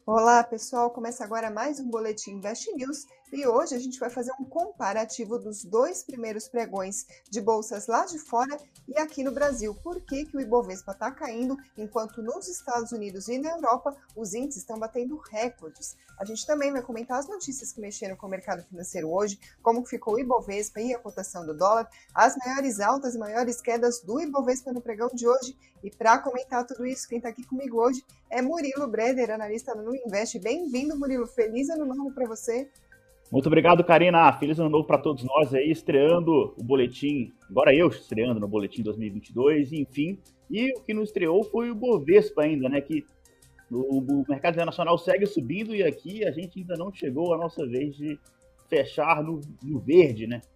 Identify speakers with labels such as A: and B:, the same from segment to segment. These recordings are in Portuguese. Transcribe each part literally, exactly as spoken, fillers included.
A: Olá, pessoal. Começa agora mais um Boletim Invest News e hoje a gente vai fazer um comparativo dos dois primeiros pregões de bolsas lá de fora e aqui no Brasil. Por que que o Ibovespa está caindo, enquanto nos Estados Unidos e na Europa os índices estão batendo recordes? A gente também vai comentar as notícias que mexeram com o mercado financeiro hoje, como ficou o Ibovespa e a cotação do dólar, as maiores altas e maiores quedas do Ibovespa no pregão de hoje. E para comentar tudo isso, quem está aqui comigo hoje é Murilo Breder, analista no Invest. Bem-vindo, Murilo. Feliz ano novo para você.
B: Muito obrigado, Karina. Feliz ano novo para todos nós aí, estreando o boletim, agora eu estreando no boletim dois mil e vinte e dois, enfim. E o que não estreou foi o Bovespa ainda, né? Que o, o mercado internacional segue subindo e aqui a gente ainda não chegou a nossa vez de fechar no, no verde, né?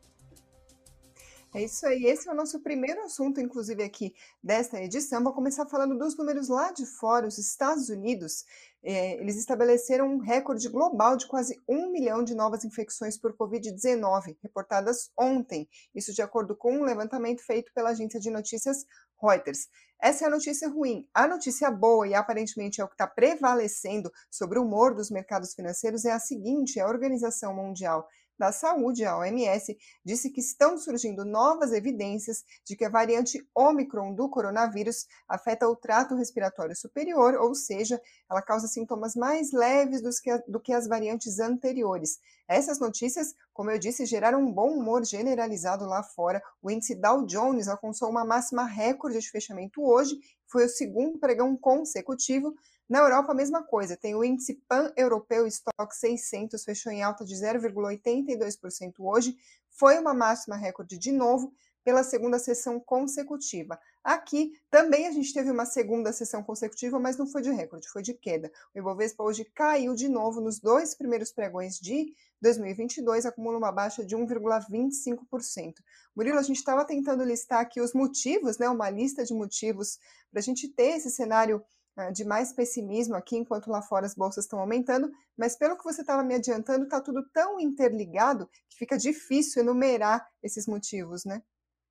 A: É isso aí, esse é o nosso primeiro assunto, inclusive, aqui desta edição. Vou começar falando dos números lá de fora. Os Estados Unidos, eh, eles estabeleceram um recorde global de quase um milhão de novas infecções por covid dezenove, reportadas ontem. Isso de acordo com um levantamento feito pela agência de notícias Reuters. Essa é a notícia ruim. A notícia boa, e aparentemente é o que está prevalecendo sobre o humor dos mercados financeiros, é a seguinte: a Organização Mundial da Saúde, a O M S, disse que estão surgindo novas evidências de que a variante Ômicron do coronavírus afeta o trato respiratório superior, ou seja, ela causa sintomas mais leves do que, do que as variantes anteriores. Essas notícias, como eu disse, geraram um bom humor generalizado lá fora. O índice Dow Jones alcançou uma máxima recorde de fechamento hoje, foi o segundo pregão consecutivo. Na Europa, a mesma coisa, tem o índice pan-europeu Stock seiscentos, fechou em alta de zero vírgula oitenta e dois por cento hoje, foi uma máxima recorde de novo pela segunda sessão consecutiva. Aqui também a gente teve uma segunda sessão consecutiva, mas não foi de recorde, foi de queda. O Ibovespa hoje caiu de novo nos dois primeiros pregões de dois mil e vinte e dois, acumula uma baixa de um vírgula vinte e cinco por cento. Murilo, a gente estava tentando listar aqui os motivos, né, uma lista de motivos para a gente ter esse cenário de mais pessimismo aqui, enquanto lá fora as bolsas estão aumentando, mas pelo que você estava me adiantando, está tudo tão interligado que fica difícil enumerar esses motivos, né?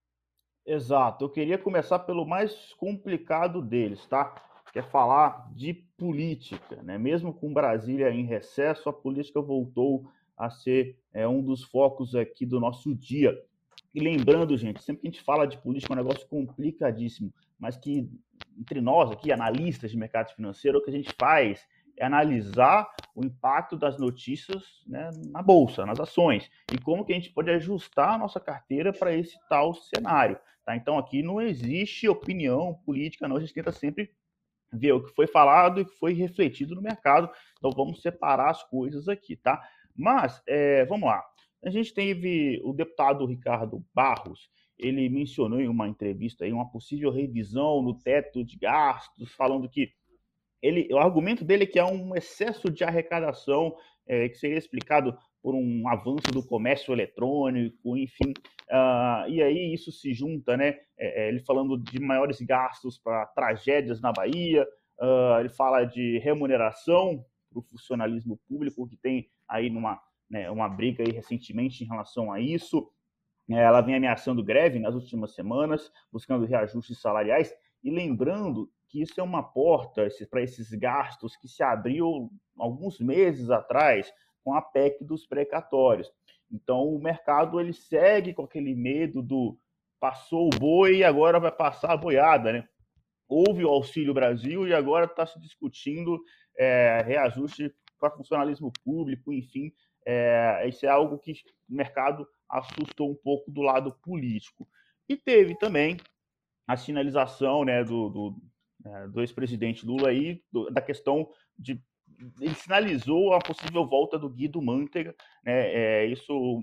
B: Exato. Eu queria começar pelo mais complicado deles, tá? Que é falar de política, né? Mesmo com Brasília em recesso, a política voltou a ser é, um dos focos aqui do nosso dia. E lembrando, gente, sempre que a gente fala de política é um negócio complicadíssimo, mas que entre nós aqui, analistas de mercado financeiro, o que a gente faz é analisar o impacto das notícias, né, na bolsa, nas ações, e como que a gente pode ajustar a nossa carteira para esse tal cenário. Tá? Então aqui não existe opinião política, não, a gente tenta sempre ver o que foi falado e o que foi refletido no mercado. Então vamos separar as coisas aqui, tá? Mas, é, vamos lá. A gente teve o deputado Ricardo Barros, ele mencionou em uma entrevista aí uma possível revisão no teto de gastos, falando que ele, o argumento dele é que há um excesso de arrecadação é, que seria explicado por um avanço do comércio eletrônico, enfim, uh, e aí isso se junta, né? É, ele falando de maiores gastos para tragédias na Bahia, uh, ele fala de remuneração para o funcionalismo público, que tem aí numa, né, uma briga aí recentemente em relação a isso. Ela vem ameaçando greve nas últimas semanas, buscando reajustes salariais, e lembrando que isso é uma porta para esses gastos que se abriu alguns meses atrás com a P E C dos precatórios. Então, o mercado ele segue com aquele medo do passou o boi e agora vai passar a boiada, né? Houve o Auxílio Brasil e agora está se discutindo é, reajuste para funcionalismo público, enfim, é, isso é algo que o mercado assustou um pouco do lado político. E teve também a sinalização, né, do, do, é, do ex-presidente Lula aí, do, da questão de ele sinalizou a possível volta do Guido Mantega, né, é, isso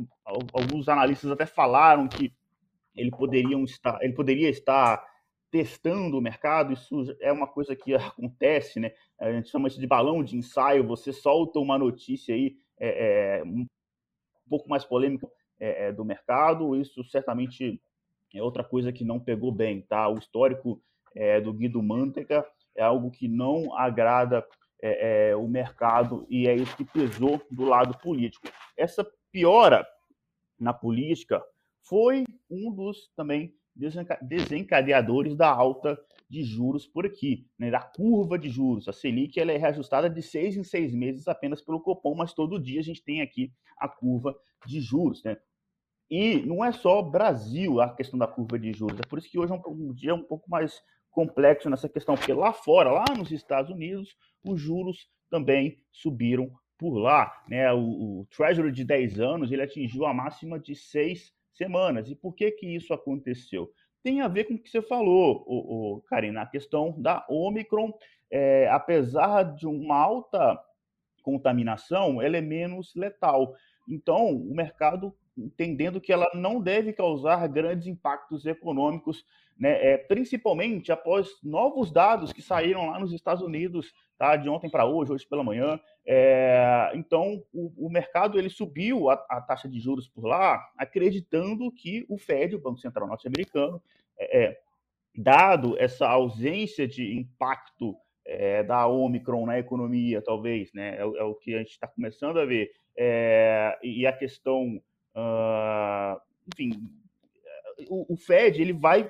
B: alguns analistas até falaram que ele poderiam estar, ele poderia estar testando o mercado. Isso é uma coisa que acontece, né? A gente chama isso de balão de ensaio. Você solta uma notícia aí é, é, um pouco mais polêmica é, é, do mercado. Isso certamente é outra coisa que não pegou bem, tá? O histórico é, do Guido Mantega é algo que não agrada é, é, o mercado e é isso que pesou do lado político. Essa piora na política foi um dos também desencadeadores da alta de juros por aqui, né, da curva de juros. A Selic ela é reajustada de seis em seis meses apenas pelo Copom, mas todo dia a gente tem aqui a curva de juros, né? E não é só Brasil a questão da curva de juros, é por isso que hoje é um, um dia um pouco mais complexo nessa questão, porque lá fora, lá nos Estados Unidos, os juros também subiram por lá, né? O, o Treasury de dez anos, ele atingiu a máxima de seis semanas. E por que que isso aconteceu? Tem a ver com o que você falou, o, o, Karina, a questão da Omicron, é, apesar de uma alta contaminação, ela é menos letal. Então, o mercado entendendo que ela não deve causar grandes impactos econômicos, né, é, principalmente após novos dados que saíram lá nos Estados Unidos, tá, de ontem para hoje, hoje pela manhã. É, então, o, o mercado ele subiu a, a taxa de juros por lá, acreditando que o Fed, o Banco Central norte-americano, é, é, dado essa ausência de impacto é, da Omicron na economia, talvez, né? É, é o que a gente está começando a ver. É, e a questão, uh, enfim, o, o Fed ele vai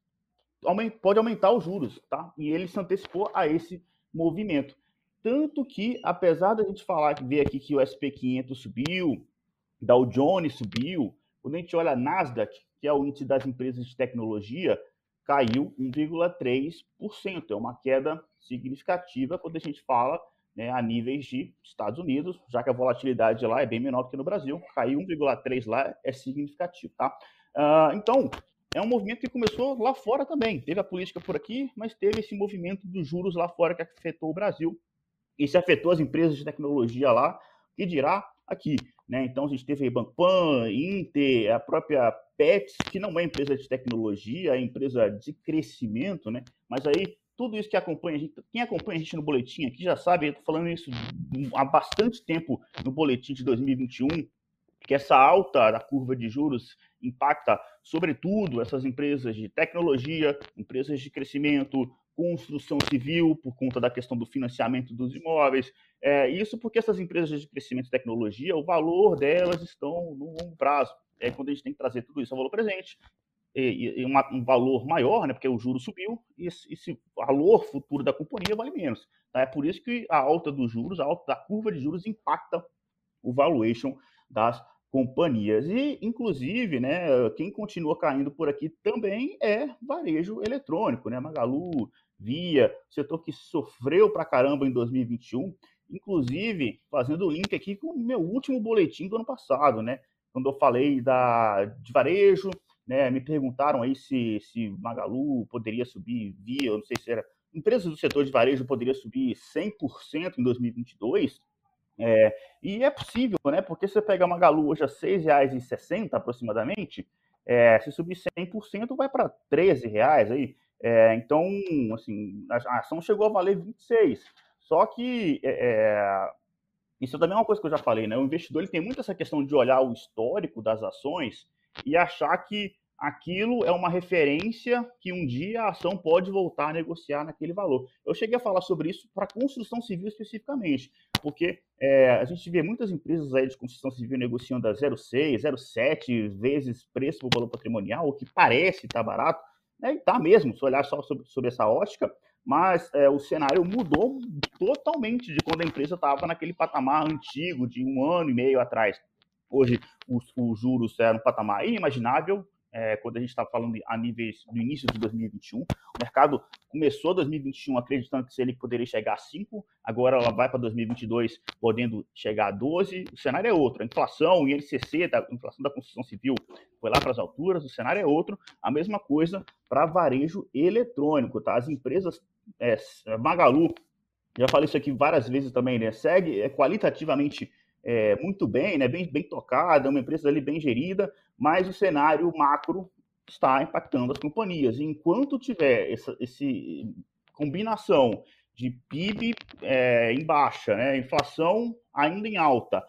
B: pode aumentar os juros, tá? E ele se antecipou a esse movimento. Tanto que, apesar da gente falar, ver aqui que o S P quinhentos subiu, Dow Jones subiu, quando a gente olha a Nasdaq, que é o índice das empresas de tecnologia, caiu um vírgula três por cento. É uma queda significativa quando a gente fala, né, a níveis de Estados Unidos, já que a volatilidade lá é bem menor do que no Brasil. Caiu um vírgula três por cento lá é significativo, tá? Uh, então, é um movimento que começou lá fora também. Teve a política por aqui, mas teve esse movimento dos juros lá fora que afetou o Brasil. E se afetou as empresas de tecnologia lá, que dirá aqui, né? Então a gente teve aí Banpan, Inter, a própria Pets, que não é empresa de tecnologia, é empresa de crescimento, né? Mas aí tudo isso que acompanha a gente, quem acompanha a gente no boletim aqui já sabe, eu tô falando isso há bastante tempo no boletim de dois mil e vinte e um, que essa alta da curva de juros impacta, sobretudo, essas empresas de tecnologia, empresas de crescimento, construção civil, por conta da questão do financiamento dos imóveis. É, isso porque essas empresas de crescimento e tecnologia, o valor delas estão no longo prazo. É quando a gente tem que trazer tudo isso ao valor presente, e, e uma, um valor maior, né, porque o juro subiu, e esse, esse valor futuro da companhia vale menos. Tá? É por isso que a alta dos juros, a alta da curva de juros impacta o valuation das companhias. E, inclusive, né, quem continua caindo por aqui também é varejo eletrônico, né? Magalu, Via, setor que sofreu pra caramba em dois mil e vinte e um, inclusive fazendo o link aqui com o meu último boletim do ano passado, né? Quando eu falei da, de varejo, né? Me perguntaram aí se, se Magalu poderia subir, Via, eu não sei se era. Empresas do setor de varejo poderia subir cem por cento em dois mil e vinte e dois. É, e é possível, né? Porque se você pega a Magalu hoje a seis reais e sessenta centavos aproximadamente, é, se subir cem por cento vai para treze reais aí. É, então, assim, a ação chegou a valer vinte e seis. Só que é, isso também é uma coisa que eu já falei, né? O investidor ele tem muito essa questão de olhar o histórico das ações e achar que aquilo é uma referência que um dia a ação pode voltar a negociar naquele valor. Eu cheguei a falar sobre isso para construção civil especificamente, porque é, a gente vê muitas empresas aí de construção civil negociando a zero vírgula seis, zero vírgula sete vezes preço por valor patrimonial, o que parece estar barato, né? E tá mesmo, se olhar só sobre, sobre essa ótica, mas é, o cenário mudou totalmente de quando a empresa estava naquele patamar antigo de um ano e meio atrás. Hoje, os, os juros eram um patamar inimaginável, é, quando a gente estava falando a níveis do início de dois mil e vinte e um. O mercado começou dois mil e vinte e um acreditando que ele poderia chegar a cinco, agora ela vai para dois mil e vinte e dois podendo chegar a doze. O cenário é outro. A inflação, o I N C C, a inflação da construção civil, foi lá para as alturas, o cenário é outro. A mesma coisa para varejo eletrônico, tá? As empresas, é, Magalu, já falei isso aqui várias vezes também, né? Segue é, qualitativamente é, muito bem, né? Bem, bem tocada, uma empresa ali bem gerida, mas o cenário macro está impactando as companhias. E enquanto tiver essa esse combinação de P I B é, em baixa, né? Inflação ainda em alta,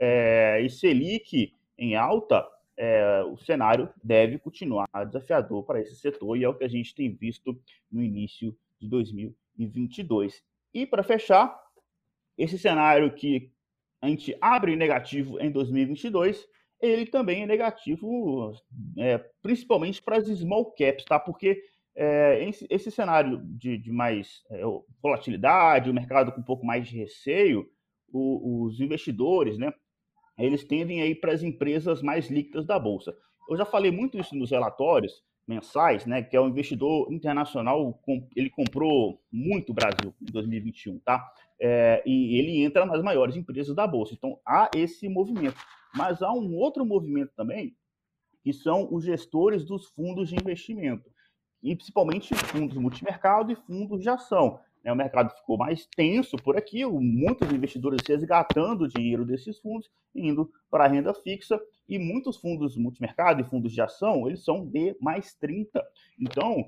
B: é, e Selic em alta, é, o cenário deve continuar desafiador para esse setor, e é o que a gente tem visto no início de dois mil e vinte e dois. E para fechar, esse cenário que a gente abre negativo em dois mil e vinte e dois ele também é negativo, é, principalmente para as small caps, tá? Porque é, esse, esse cenário de, de mais é, volatilidade, o mercado com um pouco mais de receio, o, os investidores, né, eles tendem a ir para as empresas mais líquidas da bolsa. Eu já falei muito isso nos relatórios mensais, né, que é o investidor internacional, ele comprou muito o Brasil em dois mil e vinte e um, tá? É, e ele entra nas maiores empresas da bolsa. Então há esse movimento. Mas há um outro movimento também, que são os gestores dos fundos de investimento, e principalmente fundos multimercado e fundos de ação. O mercado ficou mais tenso por aqui, muitos investidores resgatando o dinheiro desses fundos, indo para a renda fixa, e muitos fundos multimercado e fundos de ação, eles são B mais trinta. Então,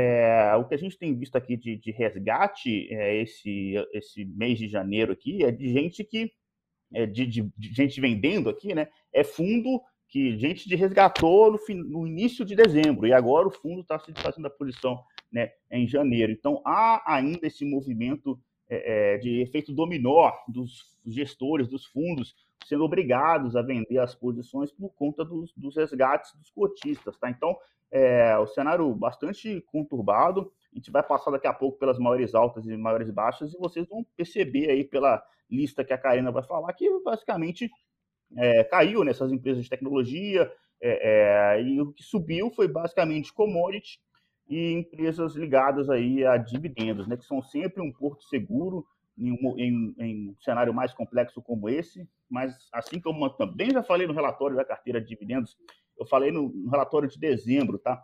B: é, o que a gente tem visto aqui de, de resgate é, esse, esse mês de janeiro aqui é de gente que é, de, de, de, gente vendendo aqui, né? É fundo que gente de resgatou no, fim, no início de dezembro, e agora o fundo está se fazendo a posição, né, em janeiro. Então há ainda esse movimento é, de efeito dominó dos gestores dos fundos sendo obrigados a vender as posições por conta dos, dos resgates dos cotistas, tá? Então é o cenário bastante conturbado. A gente vai passar daqui a pouco pelas maiores altas e maiores baixas, e vocês vão perceber aí pela lista que a Karina vai falar, que basicamente é, caiu nessas empresas de tecnologia, é, é, e o que subiu foi basicamente commodity e empresas ligadas aí a dividendos, né, que são sempre um porto seguro em um, em, em um cenário mais complexo como esse. Mas assim como eu também já falei no relatório da carteira de dividendos, eu falei no, no relatório de dezembro, tá?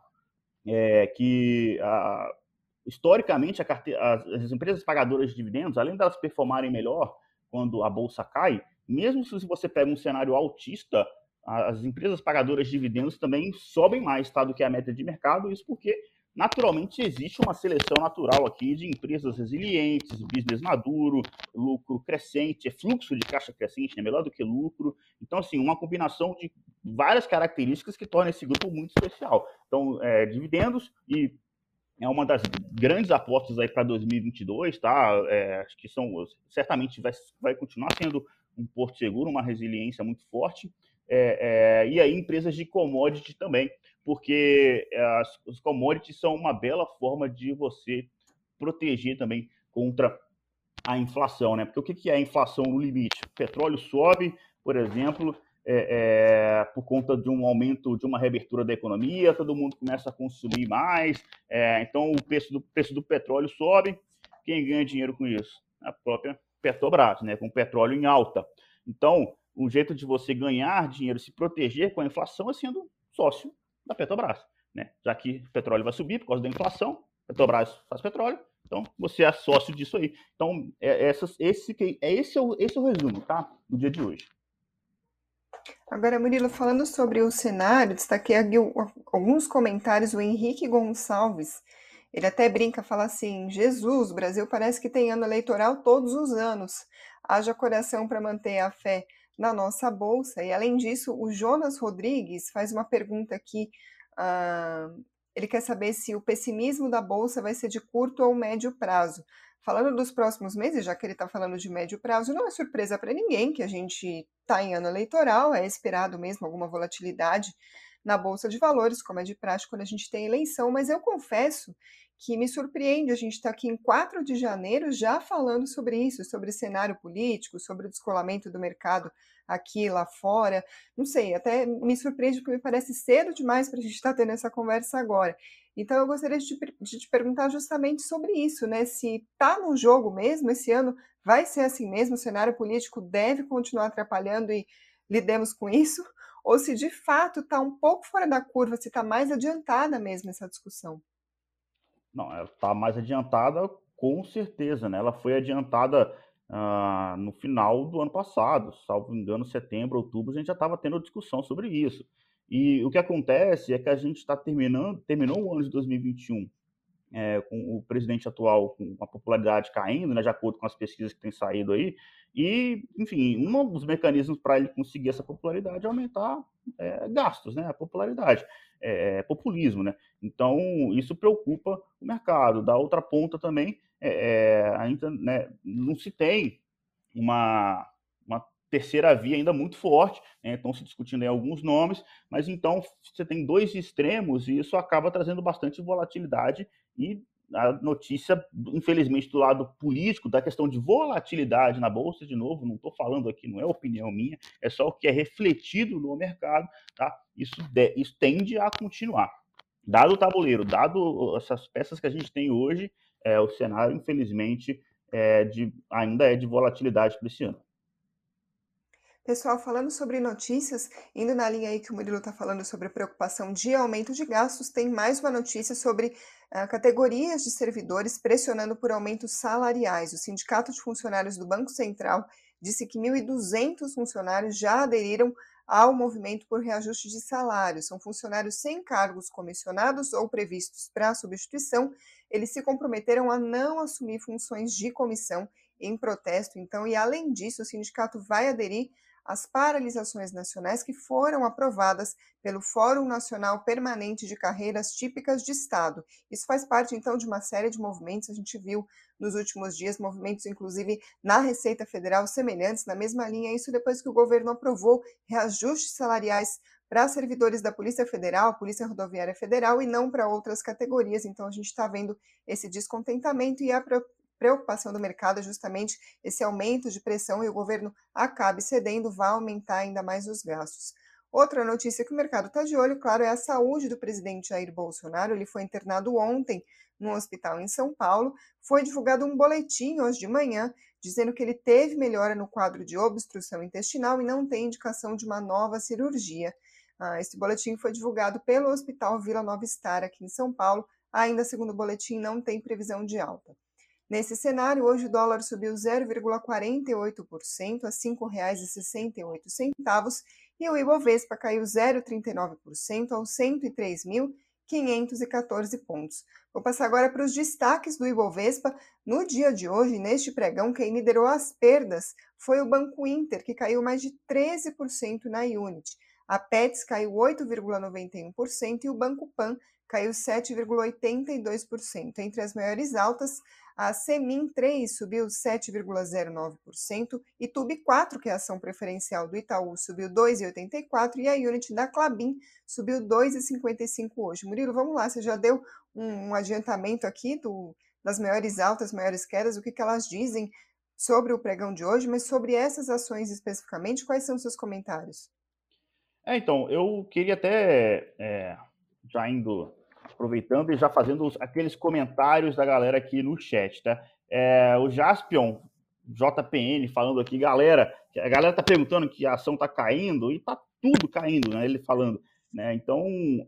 B: É, que a, historicamente, a carteira, as empresas pagadoras de dividendos, além delas performarem melhor quando a bolsa cai, mesmo se você pega um cenário altista, as empresas pagadoras de dividendos também sobem mais, tá, do que a média de mercado. Isso porque, naturalmente, existe uma seleção natural aqui de empresas resilientes, business maduro, lucro crescente, é fluxo de caixa crescente, é melhor do que lucro. Então, assim, uma combinação de várias características que torna esse grupo muito especial. Então, é, dividendos e é uma das grandes apostas aí para dois mil e vinte e dois, tá? É, acho que são, certamente vai, vai continuar sendo um porto seguro, uma resiliência muito forte. É, é, e aí empresas de commodity também, porque as, os commodities são uma bela forma de você proteger também contra a inflação, né? Porque o que é a inflação no limite? O petróleo sobe, por exemplo, é, é, por conta de um aumento, de uma reabertura da economia, todo mundo começa a consumir mais, é, então o preço do, preço do petróleo sobe. Quem ganha dinheiro com isso? A própria Petrobras, né? Com o petróleo em alta. Então, um jeito de você ganhar dinheiro, se proteger com a inflação, é sendo sócio da Petrobras, né? Já que o petróleo vai subir por causa da inflação, a Petrobras faz petróleo, então você é sócio disso aí. Então, é, essas, esse, é, esse, é o, esse é o resumo, tá? No dia de hoje.
A: Agora, Murilo, falando sobre o cenário, destaquei aqui alguns comentários. O Henrique Gonçalves, ele até brinca, fala assim: Jesus, o Brasil parece que tem ano eleitoral todos os anos. Haja coração para manter a fé na nossa bolsa. E além disso, o Jonas Rodrigues faz uma pergunta aqui. Ah, ele quer saber se o pessimismo da bolsa vai ser de curto ou médio prazo. Falando dos próximos meses, já que ele está falando de médio prazo, não é surpresa para ninguém que a gente está em ano eleitoral, é esperado mesmo alguma volatilidade na Bolsa de Valores, como é de prática quando a gente tem eleição, mas eu confesso que me surpreende a gente estar tá aqui em quatro de janeiro já falando sobre isso, sobre cenário político, sobre o descolamento do mercado aqui e lá fora. Não sei, até me surpreende porque me parece cedo demais para a gente estar tá tendo essa conversa agora. Então eu gostaria de te, de te perguntar justamente sobre isso, né? Se está no jogo mesmo esse ano, vai ser assim mesmo, o cenário político deve continuar atrapalhando e lidemos com isso, ou se de fato está um pouco fora da curva, se está mais adiantada mesmo essa discussão.
B: Não, ela está mais adiantada, com certeza, né? Ela foi adiantada ah, no final do ano passado, salvo engano, setembro, outubro, a gente já estava tendo discussão sobre isso. E o que acontece é que a gente está terminando, terminou o ano de dois mil e vinte e um é, com o presidente atual com a popularidade caindo, né, de acordo com as pesquisas que têm saído aí, e, enfim, um dos mecanismos para ele conseguir essa popularidade é aumentar é, gastos, né, a popularidade, é, é, populismo, né, então isso preocupa o mercado. Da outra ponta também, é, é, ainda, né, não se tem uma, uma terceira via ainda muito forte, né? Estão se discutindo aí alguns nomes, mas então você tem dois extremos e isso acaba trazendo bastante volatilidade e a notícia, infelizmente, do lado político, da questão de volatilidade na Bolsa, de novo, não estou falando aqui, não é opinião minha, é só o que é refletido no mercado, tá? Isso, de, isso tende a continuar. Dado o tabuleiro, dado essas peças que a gente tem hoje, é, o cenário, infelizmente, é de, ainda é de volatilidade para esse ano.
A: Pessoal, falando sobre notícias, indo na linha aí que o Murilo está falando sobre preocupação de aumento de gastos, tem mais uma notícia sobre uh, categorias de servidores pressionando por aumentos salariais. O Sindicato de Funcionários do Banco Central disse que mil e duzentos funcionários já aderiram ao movimento por reajuste de salário. São funcionários sem cargos comissionados ou previstos para substituição. Eles se comprometeram a não assumir funções de comissão em protesto, então, e além disso, o sindicato vai aderir as paralisações nacionais que foram aprovadas pelo Fórum Nacional Permanente de Carreiras Típicas de Estado. Isso faz parte, então, de uma série de movimentos. A gente viu nos últimos dias movimentos, inclusive, na Receita Federal semelhantes, na mesma linha. Isso depois que o governo aprovou reajustes salariais para servidores da Polícia Federal, Polícia Rodoviária Federal, e não para outras categorias. Então, a gente está vendo esse descontentamento e a preocupação do mercado é justamente esse aumento de pressão e o governo acabe cedendo, vai aumentar ainda mais os gastos. Outra notícia que o mercado está de olho, claro, é a saúde do presidente Jair Bolsonaro. Ele foi internado ontem num hospital em São Paulo. Foi divulgado um boletim hoje de manhã dizendo que ele teve melhora no quadro de obstrução intestinal e não tem indicação de uma nova cirurgia. Ah, esse boletim foi divulgado pelo Hospital Vila Nova Star aqui em São Paulo. Ainda segundo o boletim, não tem previsão de alta. Nesse cenário, hoje o dólar subiu zero vírgula quarenta e oito por cento a cinco reais e sessenta e oito centavos e o Ibovespa caiu zero vírgula trinta e nove por cento aos cento e três mil quinhentos e quatorze pontos. Vou passar agora para os destaques do Ibovespa. No dia de hoje, neste pregão, quem liderou as perdas foi o Banco Inter, que caiu mais de treze por cento na Unity. A Petz caiu oito vírgula noventa e um por cento e o Banco Pan caiu sete vírgula oitenta e dois por cento. Entre as maiores altas, a Semin três subiu sete vírgula zero nove por cento e Tube quatro, que é a ação preferencial do Itaú, subiu dois vírgula oitenta e quatro por cento e a Unity da Klabin subiu dois vírgula cinquenta e cinco por cento hoje. Murilo, vamos lá, você já deu um, um adiantamento aqui do, das maiores altas, maiores quedas, o que, que elas dizem sobre o pregão de hoje, mas sobre essas ações especificamente, quais são os seus comentários?
B: É, então, eu queria até, é, já indo, aproveitando e já fazendo os, aqueles comentários da galera aqui no chat, tá? É, o Jaspion, J P N, falando aqui, galera, a galera tá perguntando que a ação tá caindo, e tá tudo caindo, né? Ele falando, né? Então,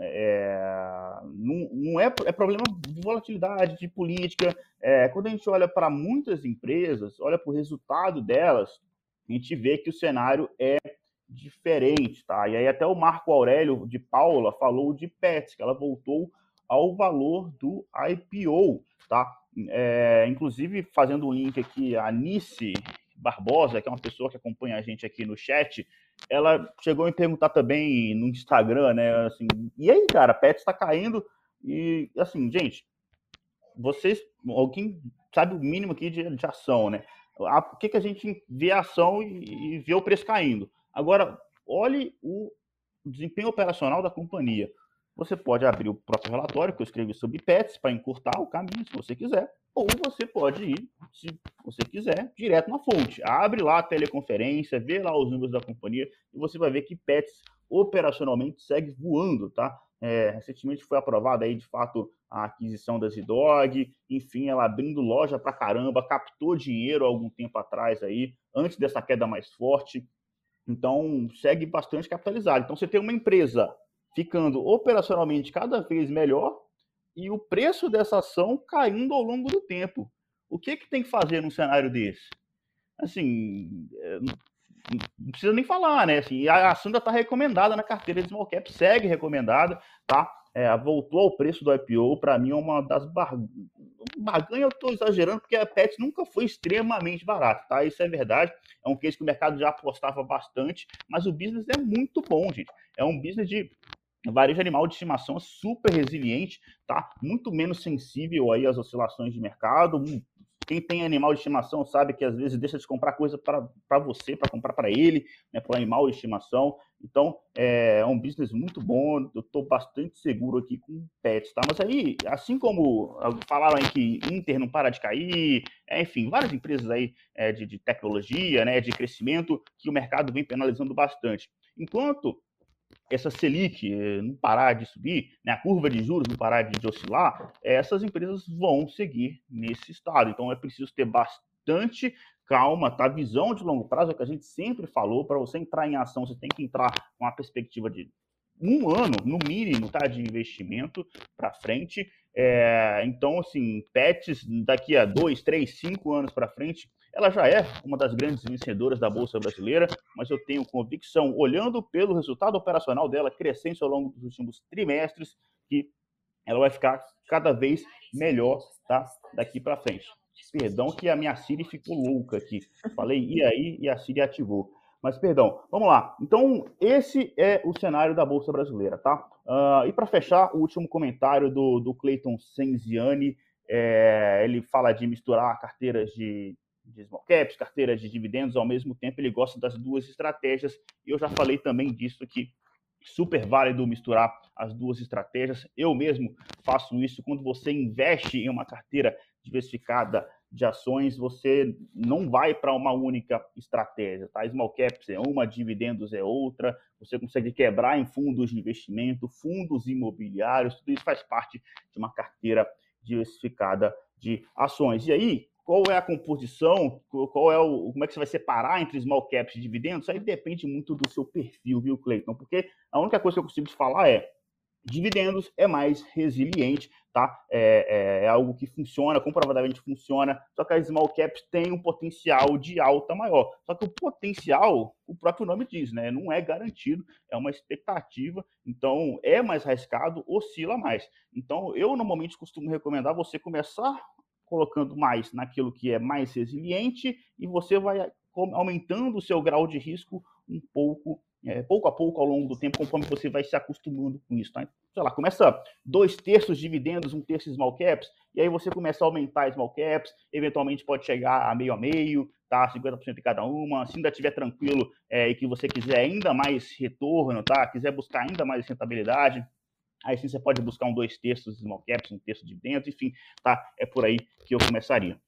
B: é, não, não é, é problema de volatilidade, de política. É, quando a gente olha para muitas empresas, olha para o resultado delas, a gente vê que o cenário é diferente, tá? E aí até o Marco Aurélio de Paula falou de Petz, que ela voltou ao valor do I P O, tá? É, inclusive, fazendo um link aqui, a Nice Barbosa, que é uma pessoa que acompanha a gente aqui no chat, ela chegou a me perguntar também no Instagram, né, assim, e aí, cara, a Petz tá caindo, e assim, gente, vocês, alguém sabe o mínimo aqui de, de ação, né? Por que, que a gente vê a ação e, e vê o preço caindo? Agora, olhe o desempenho operacional da companhia. Você pode abrir o próprio relatório que eu escrevi sobre Petz para encurtar o caminho, se você quiser, ou você pode ir, se você quiser, direto na fonte. Abre lá a teleconferência, vê lá os números da companhia e você vai ver que Petz operacionalmente segue voando, tá? É, recentemente foi aprovada aí, de fato, a aquisição da Zidog, enfim, ela abrindo loja pra caramba, captou dinheiro há algum tempo atrás aí, antes dessa queda mais forte. Então, segue bastante capitalizado. Então, você tem uma empresa ficando operacionalmente cada vez melhor e o preço dessa ação caindo ao longo do tempo. O que, que tem que fazer num cenário desse? Assim, não precisa nem falar, né? Assim, a ação ainda está recomendada na carteira de small cap, segue recomendada, tá? É, voltou ao preço do I P O, para mim é uma das barganhas. Barganha eu estou exagerando, porque a Petz nunca foi extremamente barata, tá? Isso é verdade, é um case que o mercado já apostava bastante, mas o business é muito bom, gente. É um business de varejo animal de estimação super resiliente, tá? Muito menos sensível aí às oscilações de mercado, Quem tem animal de estimação sabe que às vezes deixa de comprar coisa para você, para comprar para ele, né, para o animal de estimação. Então, é um business muito bom, eu estou bastante seguro aqui com pets, tá? Mas aí, assim como falaram aí que Inter não para de cair, é, enfim, várias empresas aí é, de, de tecnologia, né, de crescimento, que o mercado vem penalizando bastante. Enquanto essa Selic não parar de subir, né, a curva de juros não parar de, de oscilar, essas empresas vão seguir nesse estado. Então, é preciso ter bastante calma, tá? Visão de longo prazo é o que a gente sempre falou. Para você entrar em ação, você tem que entrar com uma perspectiva de um ano, no mínimo, tá, de investimento para frente. É, então, assim, Pets, daqui a dois, três, cinco anos para frente, ela já é uma das grandes vencedoras da Bolsa Brasileira, mas eu tenho convicção, olhando pelo resultado operacional dela crescente ao longo dos últimos trimestres, que ela vai ficar cada vez melhor, tá, daqui para frente. Perdão que a minha Siri ficou louca aqui. Falei, e aí? E a Siri ativou. Mas, perdão, vamos lá. Então, esse é o cenário da Bolsa Brasileira, tá? Uh, e para fechar, o último comentário do, do Clayton Senziani, é, ele fala de misturar carteiras de, de small caps, carteiras de dividendos, ao mesmo tempo ele gosta das duas estratégias, e eu já falei também disso aqui. Super válido misturar as duas estratégias. Eu mesmo faço isso. Quando você investe em uma carteira diversificada de ações, você não vai para uma única estratégia, tá? Small caps é uma, dividendos é outra, você consegue quebrar em fundos de investimento, fundos imobiliários, tudo isso faz parte de uma carteira diversificada de ações. E aí, qual é a composição, qual é o, como é que você vai separar entre small caps e dividendos? Isso aí depende muito do seu perfil, viu, Cleiton? Porque a única coisa que eu consigo te falar é dividendos é mais resiliente, tá? É, é, é algo que funciona, comprovadamente funciona, só que as small caps têm um potencial de alta maior. Só que o potencial, o próprio nome diz, né? Não é garantido, é uma expectativa, então é mais arriscado, oscila mais. Então, eu normalmente costumo recomendar você começar colocando mais naquilo que é mais resiliente e você vai aumentando o seu grau de risco um pouco, é, pouco a pouco ao longo do tempo, conforme você vai se acostumando com isso, tá? Sei lá, começa dois terços dividendos, um terço small caps, e aí você começa a aumentar small caps, eventualmente pode chegar a meio a meio, tá? cinquenta por cento em cada uma, se ainda estiver tranquilo é, e que você quiser ainda mais retorno, tá? Quiser buscar ainda mais rentabilidade, aí sim você pode buscar um dois terços de small caps, um terço de dividendos, enfim, tá? É por aí que eu começaria.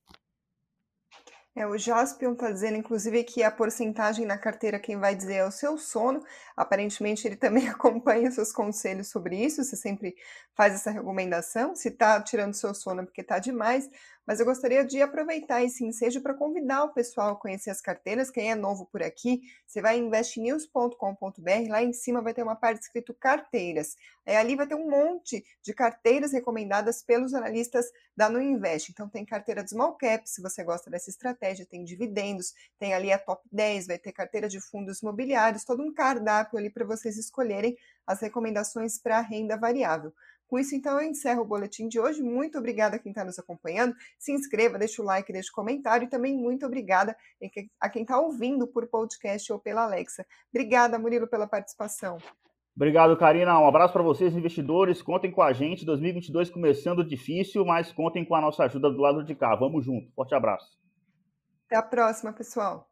A: É, o Jaspion está dizendo, inclusive, que a porcentagem na carteira quem vai dizer é o seu sono. Aparentemente, ele também acompanha os seus conselhos sobre isso. Você sempre faz essa recomendação. Se está tirando seu sono é porque está demais. Mas eu gostaria de aproveitar esse ensejo para convidar o pessoal a conhecer as carteiras. Quem é novo por aqui, você vai em invest news ponto com ponto b r. Lá em cima vai ter uma parte escrito carteiras. Aí, ali vai ter um monte de carteiras recomendadas pelos analistas da Nuinvest. Então, tem carteira de small cap, se você gosta dessa estratégia, tem dividendos, tem ali a top dez, vai ter carteira de fundos imobiliários, todo um cardápio ali para vocês escolherem as recomendações para renda variável. Com isso, então, eu encerro o boletim de hoje. Muito obrigada a quem está nos acompanhando. Se inscreva, deixa o like, deixa o comentário. E também muito obrigada a quem está ouvindo por podcast ou pela Alexa. Obrigada, Murilo, pela participação.
B: Obrigado, Karina. Um abraço para vocês, investidores. Contem com a gente. dois mil e vinte e dois começando difícil, mas contem com a nossa ajuda do lado de cá. Vamos junto. Forte abraço.
A: Até a próxima, pessoal.